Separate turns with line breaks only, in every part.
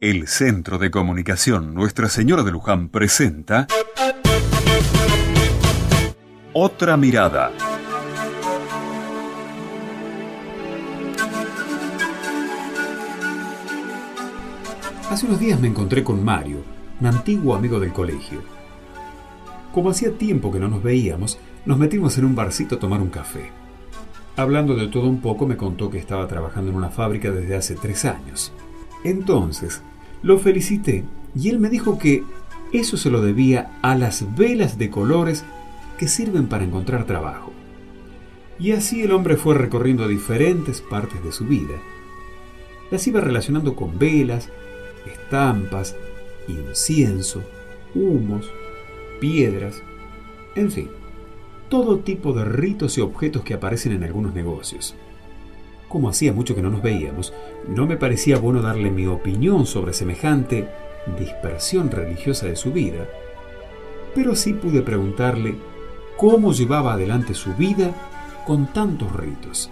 El Centro de Comunicación Nuestra Señora de Luján presenta Otra Mirada.
Hace unos días me encontré con Mario, un antiguo amigo del colegio. Como hacía tiempo que no nos veíamos, nos metimos en un barcito a tomar un café. Hablando de todo un poco, me contó que estaba trabajando en una fábrica desde hace 3 años. Entonces, lo felicité y él me dijo que eso se lo debía a las velas de colores que sirven para encontrar trabajo. Y así el hombre fue recorriendo diferentes partes de su vida. Las iba relacionando con velas, estampas, incienso, humos, piedras, en fin, todo tipo de ritos y objetos que aparecen en algunos negocios. Como hacía mucho que no nos veíamos, no me parecía bueno darle mi opinión sobre semejante dispersión religiosa de su vida, pero sí pude preguntarle cómo llevaba adelante su vida con tantos ritos.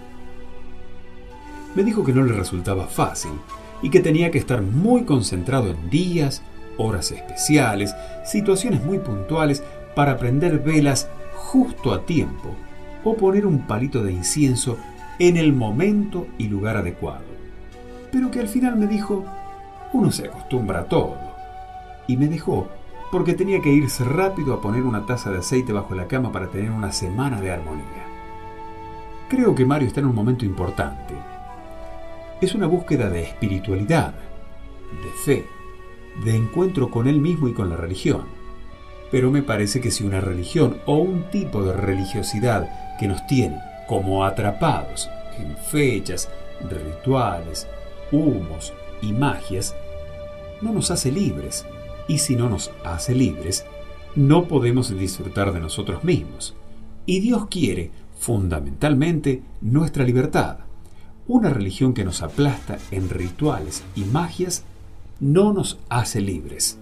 Me dijo que no le resultaba fácil y que tenía que estar muy concentrado en días, horas especiales, situaciones muy puntuales para prender velas justo a tiempo o poner un palito de incienso en el momento y lugar adecuado. Pero que al final me dijo, uno se acostumbra a todo. Y me dejó porque tenía que irse rápido a poner una taza de aceite bajo la cama para tener una semana de armonía. Creo que Mario está en un momento importante. Es una búsqueda de espiritualidad, de fe, de encuentro con él mismo y con la religión. Pero me parece que si una religión o un tipo de religiosidad que nos tiene como atrapados en fechas, rituales, humos y magias, no nos hace libres. Y si no nos hace libres, no podemos disfrutar de nosotros mismos. Y Dios quiere, fundamentalmente, nuestra libertad. Una religión que nos aplasta en rituales y magias no nos hace libres.